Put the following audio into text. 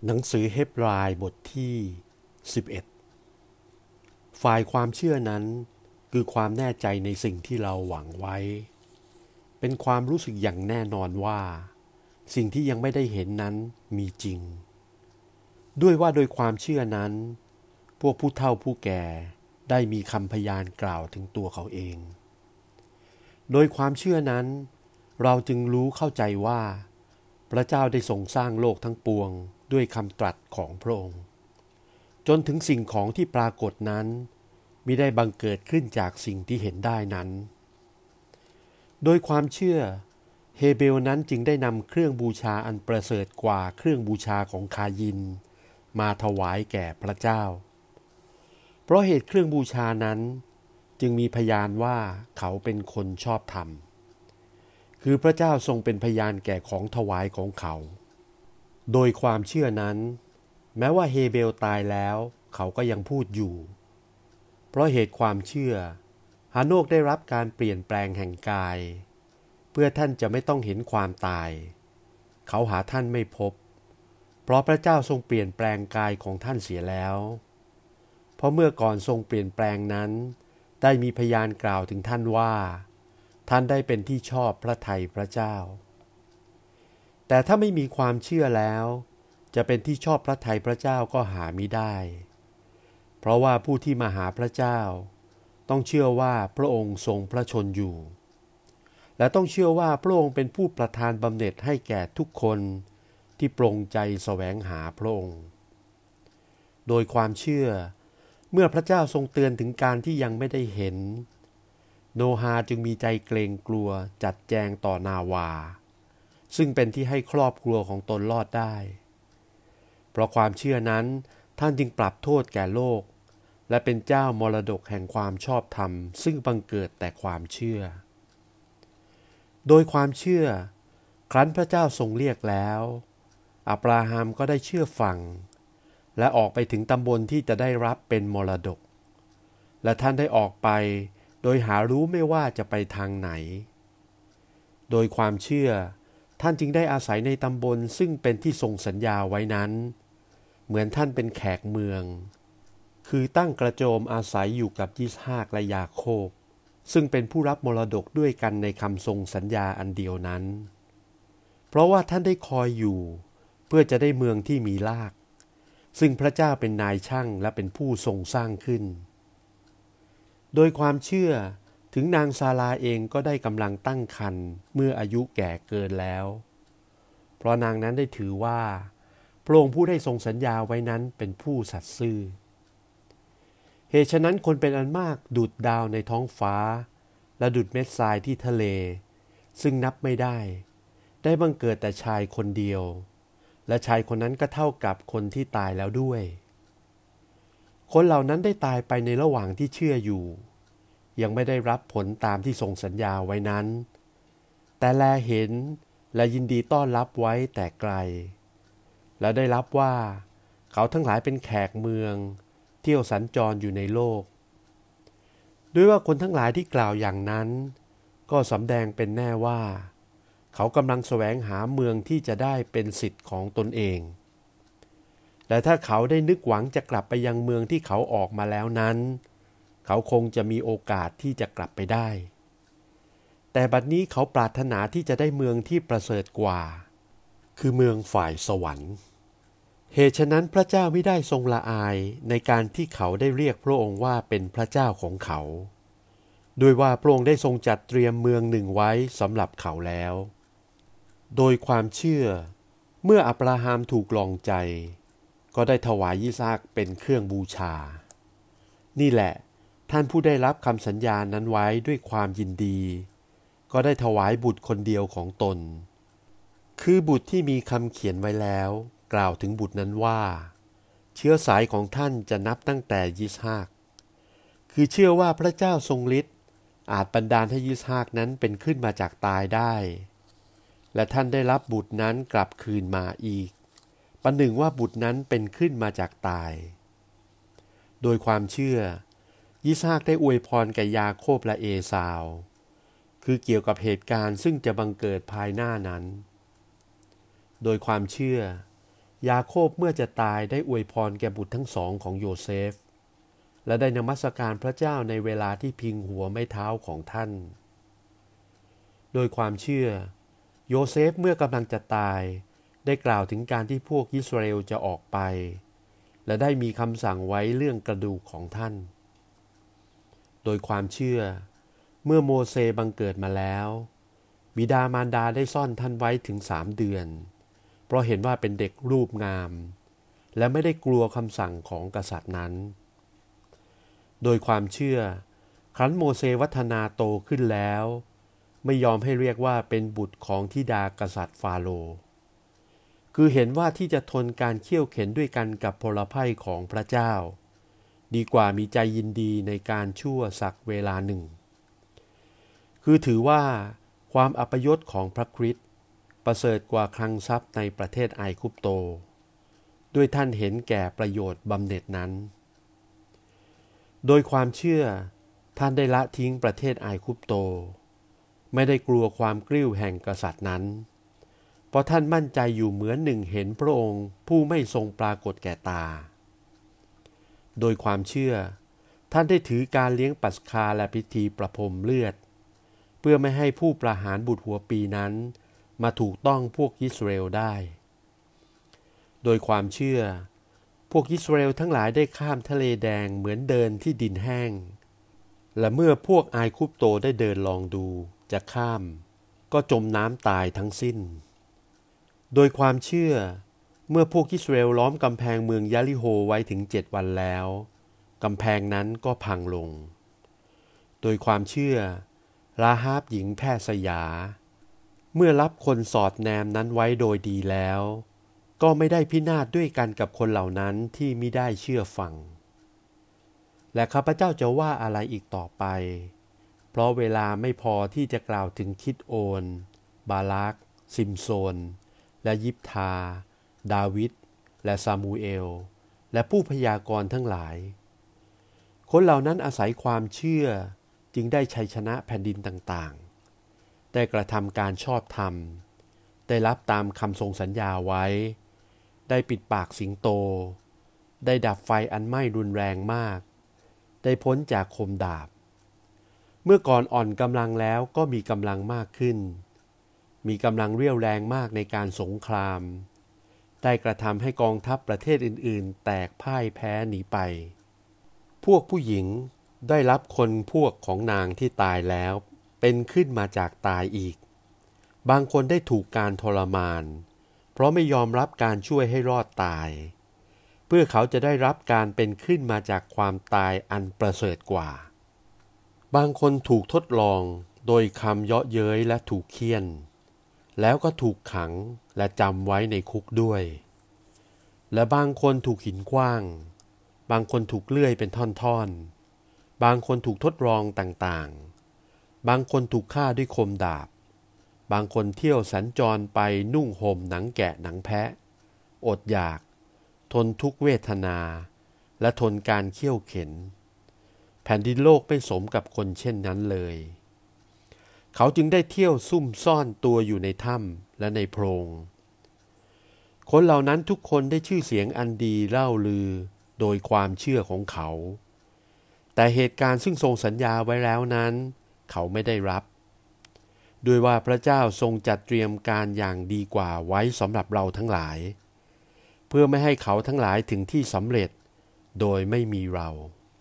หนังสือเฮบรายบทที่11ฝ่ายความเชื่อนั้นคือความแน่ใจในสิ่งที่เราหวังไว้เป็นความรู้สึกอย่างแน่นอนว่าสิ่งที่ยังไม่ได้เห็นนั้นมีจริงด้วยว่าโดยความเชื่อนั้นพวกผู้เฒ่าผู้แก่ได้มีคำพยานกล่าวถึงตัวเขาเองโดยความเชื่อนั้นเราจึงรู้เข้าใจว่าพระเจ้าได้ทรงสร้างโลกทั้งปวงด้วยคำตรัสของพระองค์จนถึงสิ่งของที่ปรากฏนั้นมิได้บังเกิดขึ้นจากสิ่งที่เห็นได้นั้นโดยความเชื่อเฮเบลนั้นจึงได้นำเครื่องบูชาอันประเสริฐกว่าเครื่องบูชาของคายินมาถวายแก่พระเจ้าเพราะเหตุเครื่องบูชานั้นจึงมีพยานว่าเขาเป็นคนชอบธรรมคือพระเจ้าทรงเป็นพยานแก่ของถวายของเขาโดยความเชื่อนั้นแม้ว่าเฮเบลตายแล้วเขาก็ยังพูดอยู่เพราะเหตุความเชื่อฮาโนกได้รับการเปลี่ยนแปลงแห่งกายเพื่อท่านจะไม่ต้องเห็นความตายเขาหาท่านไม่พบเพราะพระเจ้าทรงเปลี่ยนแปลงกายของท่านเสียแล้วเพราะเมื่อก่อนทรงเปลี่ยนแปลงนั้นได้มีพยานกล่าวถึงท่านว่าท่านได้เป็นที่ชอบพระทัยพระเจ้าแต่ถ้าไม่มีความเชื่อแล้วจะเป็นที่ชอบพระทัยพระเจ้าก็หามิได้เพราะว่าผู้ที่มาหาพระเจ้าต้องเชื่อว่าพระองค์ทรงพระชนอยู่และต้องเชื่อว่าพระองค์เป็นผู้ประทานบำเหน็จให้แก่ทุกคนที่ปรงใจแสวงหาพระองค์โดยความเชื่อเมื่อพระเจ้าทรงเตือนถึงการที่ยังไม่ได้เห็นโนฮาจึงมีใจเกรงกลัวจัดแจงต่อนาวาซึ่งเป็นที่ให้ครอบครัวของตนรอดได้เพราะความเชื่อนั้นท่านจึงปรับโทษแก่โลกและเป็นเจ้ามรดกแห่งความชอบธรรมซึ่งบังเกิดแต่ความเชื่อโดยความเชื่อครั้นพระเจ้าทรงเรียกแล้วอับราฮัมก็ได้เชื่อฟังและออกไปถึงตำบลที่จะได้รับเป็นมรดกและท่านได้ออกไปโดยหารู้ไม่ว่าจะไปทางไหนโดยความเชื่อท่านจึงได้อาศัยในตำบลซึ่งเป็นที่ทรงสัญญาไว้นั้นเหมือนท่านเป็นแขกเมืองคือตั้งกระโจมอาศัยอยู่กับยิสฮากและยาโคบซึ่งเป็นผู้รับมรดกด้วยกันในคำทรงสัญญาอันเดียวนั้นเพราะว่าท่านได้คอยอยู่เพื่อจะได้เมืองที่มีรากซึ่งพระเจ้าเป็นนายช่างและเป็นผู้ทรงสร้างขึ้นโดยความเชื่อถึงนางซาราเองก็ได้กำลังตั้งครรภ์เมื่ออายุแก่เกินแล้วเพราะนางนั้นได้ถือว่าพระองค์ผู้ได้ทรงสัญญาไว้นั้นเป็นผู้สัตย์ซื่อเหตุฉะนั้นคนเป็นอันมากดุจดาวในท้องฟ้าและดุจเม็ดทรายที่ทะเลซึ่งนับไม่ได้บังเกิดแต่ชายคนเดียวและชายคนนั้นก็เท่ากับคนที่ตายแล้วด้วยคนเหล่านั้นได้ตายไปในระหว่างที่เชื่ออยู่ยังไม่ได้รับผลตามที่ทรงสัญญาไว้นั้นแต่แลเห็นและยินดีต้อนรับไว้แต่ไกลและได้รับว่าเขาทั้งหลายเป็นแขกเมืองเที่ยวสัญจรอยู่ในโลกด้วยว่าคนทั้งหลายที่กล่าวอย่างนั้นก็สำแดงเป็นแน่ว่าเขากำลังแสวงหาเมืองที่จะได้เป็นสิทธิ์ของตนเองและถ้าเขาได้นึกหวังจะกลับไปยังเมืองที่เขาออกมาแล้วนั้นเขาคงจะมีโอกาสที่จะกลับไปได้แต่บัดนี้เขาปรารถนาที่จะได้เมืองที่ประเสริฐกว่าคือเมืองฝ่ายสวรรค์เหตุฉะนั้นพระเจ้าไม่ได้ทรงละอายในการที่เขาได้เรียกพระองค์ว่าเป็นพระเจ้าของเขาด้วยว่าพระองค์ได้ทรงจัดเตรียมเมืองหนึ่งไว้สำหรับเขาแล้วโดยความเชื่อเมื่ออับราฮัมถูกลองใจก็ได้ถวายยิสอัคเป็นเครื่องบูชานี่แหละท่านผู้ได้รับคำสัญญานั้นไว้ด้วยความยินดีก็ได้ถวายบุตรคนเดียวของตนคือบุตรที่มีคำเขียนไว้แล้วกล่าวถึงบุตรนั้นว่าเชื้อสายของท่านจะนับตั้งแต่ยิสฮักคือเชื่อว่าพระเจ้าทรงฤทธิ์อาจบันดาลให้ยิสฮักนั้นเป็นขึ้นมาจากตายได้และท่านได้รับบุตรนั้นกลับคืนมาอีกประหนึ่งว่าบุตรนั้นเป็นขึ้นมาจากตายโดยความเชื่อยิสฮักได้อวยพรแก่ยาโคบและเอสาวคือเกี่ยวกับเหตุการณ์ซึ่งจะบังเกิดภายหน้านั้นโดยความเชื่อยาโคบเมื่อจะตายได้อวยพรแก่บุตรทั้งสองของโยเซฟและได้นมัสการพระเจ้าในเวลาที่พิงหัวไม้เท้าของท่านโดยความเชื่อโยเซฟเมื่อกำลังจะตายได้กล่าวถึงการที่พวกอิสราเอลจะออกไปและได้มีคำสั่งไว้เรื่องกระดูกของท่านโดยความเชื่อเมื่อโมเสสบังเกิดมาแล้วบิดามารดาได้ซ่อนท่านไว้ถึง3 เดือนเพราะเห็นว่าเป็นเด็กรูปงามและไม่ได้กลัวคำสั่งของกษัตริย์นั้นโดยความเชื่อครั้นโมเสสวัฒนาโตขึ้นแล้วไม่ยอมให้เรียกว่าเป็นบุตรของธิดากษัตริย์ฟาโรห์คือเห็นว่าที่จะทนการเคี่ยวเข็นด้วยกันกับพลภัยของพระเจ้าดีกว่ามีใจยินดีในการชั่วสักเวลาหนึ่งคือถือว่าความอัปยศของพระคริสต์ประเสริฐกว่าคลังทรัพย์ในประเทศไอคุปโตด้วยท่านเห็นแก่ประโยชน์บำเหน็จนั้นโดยความเชื่อท่านได้ละทิ้งประเทศไอคุปโตไม่ได้กลัวความกริ้วแห่งกษัตริย์นั้นเพราะท่านมั่นใจอยู่เหมือนหนึ่งเห็นพระองค์ผู้ไม่ทรงปรากฏแก่ตาโดยความเชื่อท่านได้ถือการเลี้ยงปัสกาและพิธีประพรมเลือดเพื่อไม่ให้ผู้ประหารบุตรหัวปีนั้นมาถูกต้องพวกอิสราเอลได้โดยความเชื่อพวกอิสราเอลทั้งหลายได้ข้ามทะเลแดงเหมือนเดินที่ดินแห้งและเมื่อพวกไอคุปโตได้เดินลองดูจะข้ามก็จมน้ำตายทั้งสิ้นโดยความเชื่อเมื่อพวกอิสราเอลล้อมกำแพงเมืองยาริโฮไว้ถึง7 วันแล้วกำแพงนั้นก็พังลงโดยความเชื่อราฮาบหญิงแพทย์สยาเมื่อรับคนสอดแนมนั้นไว้โดยดีแล้วก็ไม่ได้พินาศด้วยกันกับคนเหล่านั้นที่มิได้เชื่อฟังและข้าพเจ้าจะว่าอะไรอีกต่อไปเพราะเวลาไม่พอที่จะกล่าวถึงคิดโอนบาลักซิมโซนและยิปทาดาวิดและซามูเอลและผู้พยากรณ์ทั้งหลายคนเหล่านั้นอาศัยความเชื่อจึงได้ชัยชนะแผ่นดินต่างๆได้กระทำการชอบธรรมได้รับตามคำทรงสัญญาไว้ได้ปิดปากสิงโตได้ดับไฟอันไหม้รุนแรงมากได้พ้นจากคมดาบเมื่อก่อนอ่อนกำลังแล้วก็มีกำลังมากขึ้นมีกำลังเรี่ยวแรงมากในการสงครามได้กระทำให้กองทัพประเทศอื่นๆแตกพ่ายแพ้หนีไปพวกผู้หญิงได้รับคนพวกของนางที่ตายแล้วเป็นขึ้นมาจากตายอีกบางคนได้ถูกการทรมานเพราะไม่ยอมรับการช่วยให้รอดตายเพื่อเขาจะได้รับการเป็นขึ้นมาจากความตายอันประเสริฐกว่าบางคนถูกทดลองโดยคำเยาะเย้ยและถูกเฆี่ยนแล้วก็ถูกขังและจำไว้ในคุกด้วยและบางคนถูกหินขว้างบางคนถูกเลื่อยเป็นท่อนๆบางคนถูกทดลองต่างๆบางคนถูกฆ่าด้วยคมดาบบางคนเที่ยวสัญจรไปนุ่งห่มหนังแกะหนังแพะอดอยากทนทุกขเวทนาและทนการเคี่ยวเข็นแผ่นดินโลกไม่สมกับคนเช่นนั้นเลยเขาจึงได้เที่ยวซุ่มซ่อนตัวอยู่ในถ้ำและในโพรงคนเหล่านั้นทุกคนได้ชื่อเสียงอันดีเล่าลือโดยความเชื่อของเขาแต่เหตุการณ์ซึ่งทรงสัญญาไว้แล้วนั้นเขาไม่ได้รับด้วยว่าพระเจ้าทรงจัดเตรียมการอย่างดีกว่าไว้สำหรับเราทั้งหลายเพื่อไม่ให้เขาทั้งหลายถึงที่สำเร็จโดยไม่มีเรา